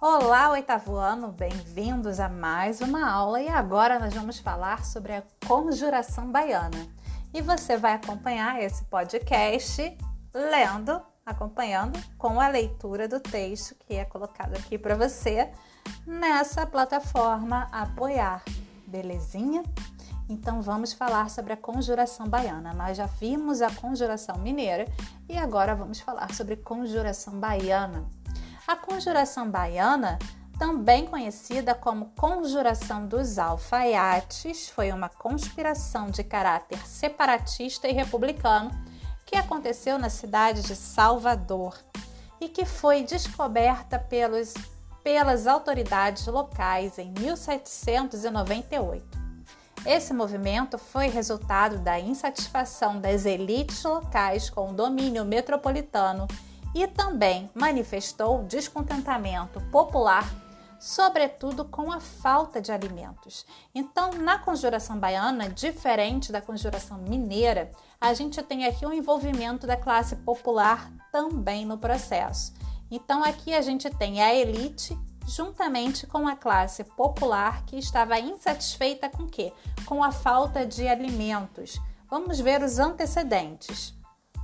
Olá, oitavo ano, bem-vindos a mais uma aula e agora nós vamos falar sobre a conjuração baiana. E você vai acompanhar esse podcast acompanhando com a leitura do texto que é colocado aqui para você nessa plataforma Apoiar, belezinha? Então vamos falar sobre a conjuração baiana. Nós já vimos a conjuração mineira e agora vamos falar sobre conjuração baiana. A conjuração baiana, também conhecida como conjuração dos alfaiates, foi uma conspiração de caráter separatista e republicano que aconteceu na cidade de Salvador e que foi descoberta pelas autoridades locais em 1798. Esse movimento foi resultado da insatisfação das elites locais com o domínio metropolitano e também manifestou descontentamento popular, sobretudo com a falta de alimentos. Então, na conjuração baiana, diferente da conjuração mineira, a gente tem aqui um envolvimento da classe popular também no processo. Então, aqui a gente tem a elite juntamente com a classe popular que estava insatisfeita com o quê? Com a falta de alimentos. Vamos ver os antecedentes.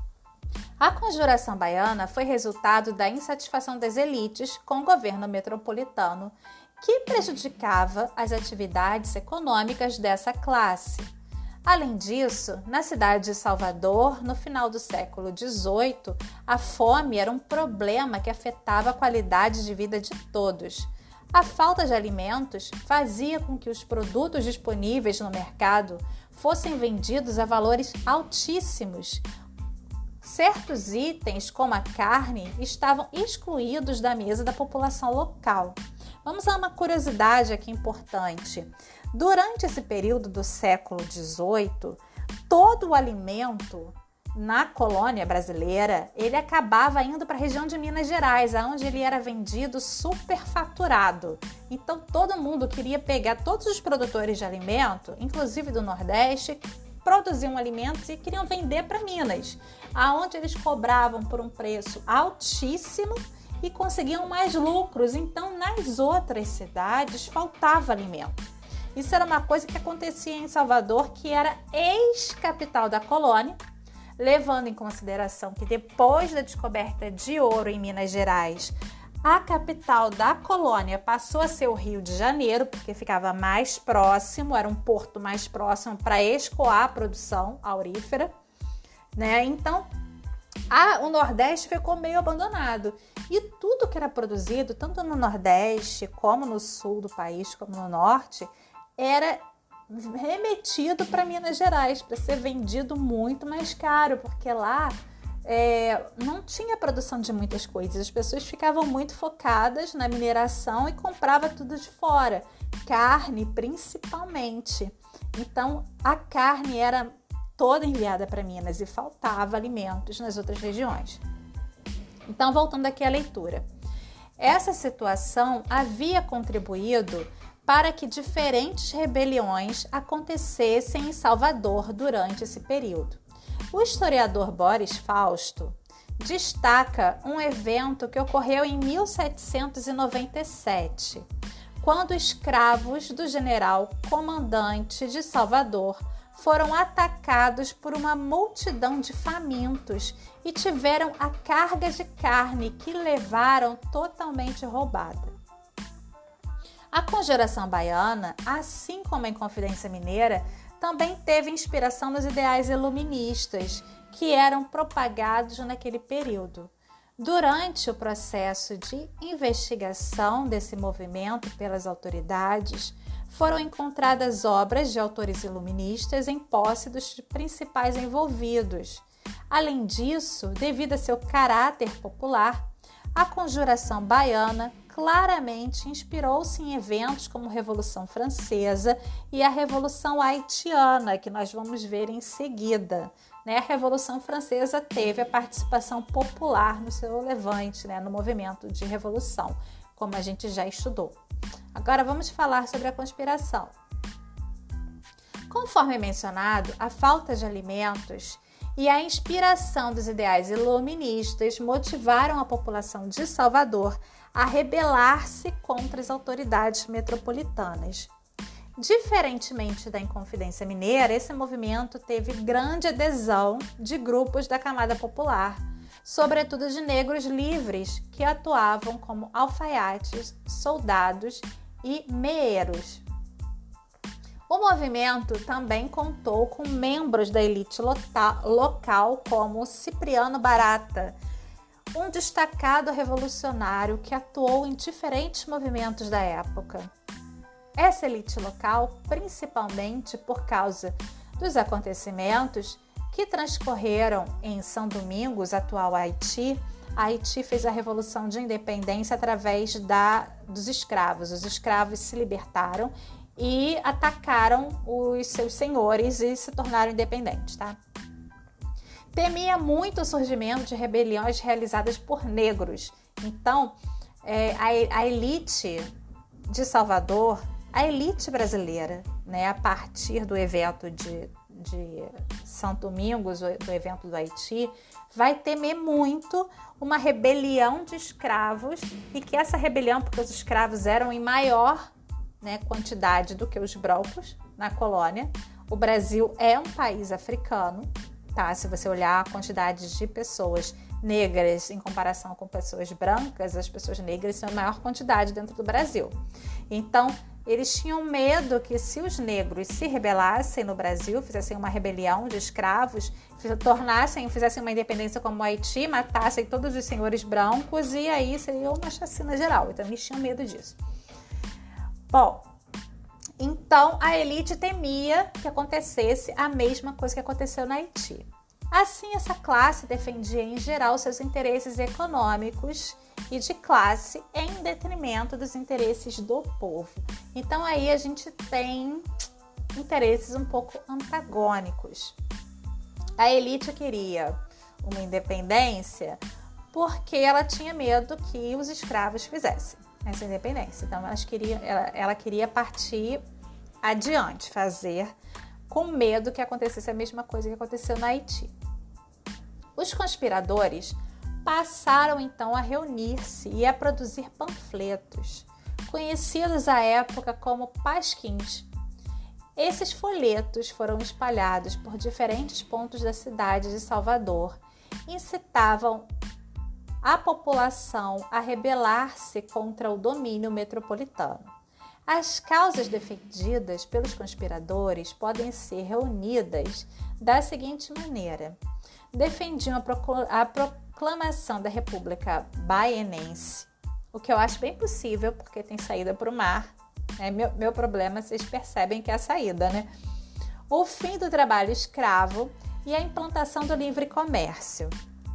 A conjuração baiana foi resultado da insatisfação das elites com o governo metropolitano, que prejudicava as atividades econômicas dessa classe. Além disso, na cidade de Salvador, no final do século XVIII, a fome era um problema que afetava a qualidade de vida de todos. A falta de alimentos fazia com que os produtos disponíveis no mercado fossem vendidos a valores altíssimos. Certos itens, como a carne, estavam excluídos da mesa da população local. Vamos a uma curiosidade aqui importante. Durante esse período do século XVIII, todo o alimento na colônia brasileira, ele acabava indo para a região de Minas Gerais, onde ele era vendido superfaturado. Então, todo mundo queria pegar todos os produtores de alimento, inclusive do Nordeste, produziam alimentos e queriam vender para Minas, aonde eles cobravam por um preço altíssimo e conseguiam mais lucros. Então, nas outras cidades, faltava alimento. Isso era uma coisa que acontecia em Salvador, que era ex-capital da colônia, levando em consideração que depois da descoberta de ouro em Minas Gerais, a capital da colônia passou a ser o Rio de Janeiro, porque ficava mais próximo, era um porto mais próximo para escoar a produção aurífera, né? Então, o Nordeste ficou meio abandonado. E tudo que era produzido, tanto no Nordeste, como no Sul do país, como no Norte, era remetido para Minas Gerais, para ser vendido muito mais caro, porque lá não tinha produção de muitas coisas. As pessoas ficavam muito focadas na mineração e compravam tudo de fora, carne principalmente. Então, a carne era toda enviada para Minas e faltava alimentos nas outras regiões. Então, voltando aqui à leitura. Essa situação havia contribuído para que diferentes rebeliões acontecessem em Salvador durante esse período. O historiador Boris Fausto destaca um evento que ocorreu em 1797, quando escravos do general comandante de Salvador foram atacados por uma multidão de famintos e tiveram a carga de carne que levaram totalmente roubada. A conjuração baiana, assim como a Inconfidência Mineira, também teve inspiração nos ideais iluministas que eram propagados naquele período. Durante o processo de investigação desse movimento pelas autoridades, foram encontradas obras de autores iluministas em posse dos principais envolvidos. Além disso, devido a seu caráter popular, a conjuração baiana claramente inspirou-se em eventos como a Revolução Francesa e a Revolução Haitiana, que nós vamos ver em seguida. A Revolução Francesa teve a participação popular no seu levante, no movimento de revolução, como a gente já estudou. Agora vamos falar sobre a conspiração. Conforme mencionado, a falta de alimentos e a inspiração dos ideais iluministas motivaram a população de Salvador a rebelar-se contra as autoridades metropolitanas. Diferentemente da Inconfidência Mineira, esse movimento teve grande adesão de grupos da camada popular, sobretudo de negros livres que atuavam como alfaiates, soldados e meeiros. O movimento também contou com membros da elite local como Cipriano Barata, um destacado revolucionário que atuou em diferentes movimentos da época. Essa elite local, principalmente por causa dos acontecimentos que transcorreram em São Domingos, atual Haiti, a Haiti fez a Revolução de Independência através dos escravos. Os escravos se libertaram e atacaram os seus senhores e se tornaram independentes, tá? Temia muito o surgimento de rebeliões realizadas por negros. Então, a elite de Salvador, a elite brasileira, né, a partir do evento de São Domingos, do evento do Haiti, vai temer muito uma rebelião de escravos e que essa rebelião, porque os escravos eram em maior, né, quantidade do que os brancos na colônia. O Brasil é um país africano, tá? Se você olhar a quantidade de pessoas negras em comparação com pessoas brancas, as pessoas negras são a maior quantidade dentro do Brasil. Então, eles tinham medo que se os negros se rebelassem no Brasil, fizessem uma rebelião de escravos, fizessem uma independência como o Haiti, matassem todos os senhores brancos e aí seria uma chacina geral. Então, eles tinham medo disso. Bom, então a elite temia que acontecesse a mesma coisa que aconteceu na Haiti. Assim, essa classe defendia em geral seus interesses econômicos e de classe em detrimento dos interesses do povo. Então aí a gente tem interesses um pouco antagônicos. A elite queria uma independência porque ela tinha medo que os escravos fizessem essa independência. Então ela queria partir adiante, fazer com medo que acontecesse a mesma coisa que aconteceu na Haiti. Os conspiradores passaram então a reunir-se e a produzir panfletos, conhecidos à época como pasquins. Esses folhetos foram espalhados por diferentes pontos da cidade de Salvador e incitavam a população a rebelar-se contra o domínio metropolitano. As causas defendidas pelos conspiradores podem ser reunidas da seguinte maneira: defendiam a proclamação da República Baianense, o que eu acho bem possível, porque tem saída para o mar. Meu problema, vocês percebem que é a saída, né? O fim do trabalho escravo e a implantação do livre comércio.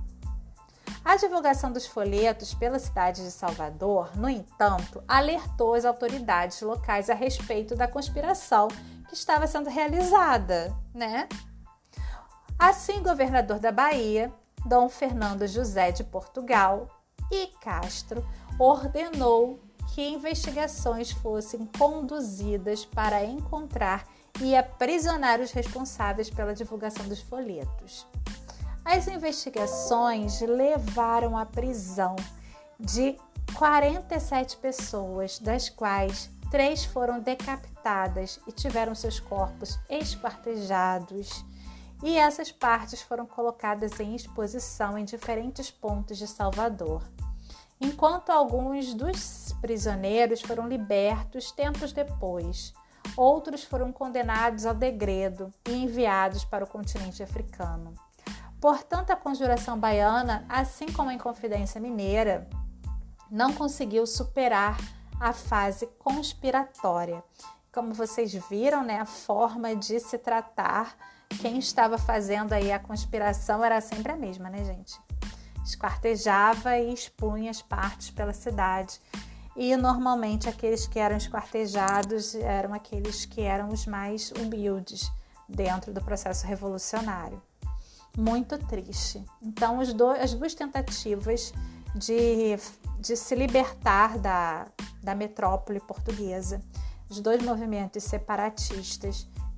A divulgação dos folhetos pela cidade de Salvador, no entanto, alertou as autoridades locais a respeito da conspiração que estava sendo realizada, né? Assim, o governador da Bahia, Dom Fernando José de Portugal e Castro, ordenou que investigações fossem conduzidas para encontrar e aprisionar os responsáveis pela divulgação dos folhetos. As investigações levaram à prisão de 47 pessoas, das quais 3 foram decapitadas e tiveram seus corpos esquartejados, e essas partes foram colocadas em exposição em diferentes pontos de Salvador. Enquanto alguns dos prisioneiros foram libertos tempos depois, outros foram condenados ao degredo e enviados para o continente africano. Portanto, a Conjuração Baiana, assim como a Inconfidência Mineira, não conseguiu superar a fase conspiratória. Como vocês viram, né, a forma de se tratar, quem estava fazendo aí a conspiração era sempre a mesma, né, gente? Esquartejava e expunha as partes pela cidade. E normalmente aqueles que eram esquartejados eram aqueles que eram os mais humildes dentro do processo revolucionário. Muito triste. Então, as duas tentativas de se libertar da metrópole portuguesa, os dois movimentos separatistas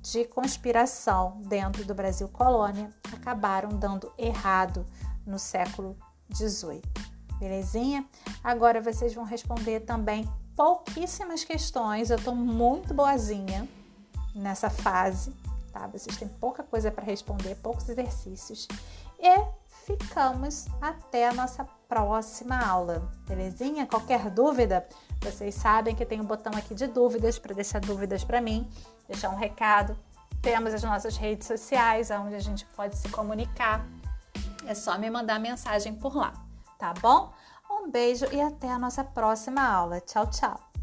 de conspiração dentro do Brasil colônia acabaram dando errado no século XVIII. Belezinha? Agora vocês vão responder também pouquíssimas questões. Eu estou muito boazinha nessa fase, tá? Vocês têm pouca coisa para responder, poucos exercícios. E ficamos até a nossa próxima aula, belezinha? Qualquer dúvida, vocês sabem que tem um botão aqui de dúvidas para deixar dúvidas para mim, deixar um recado. Temos as nossas redes sociais, onde a gente pode se comunicar. É só me mandar mensagem por lá, tá bom? Um beijo e até a nossa próxima aula. Tchau, tchau!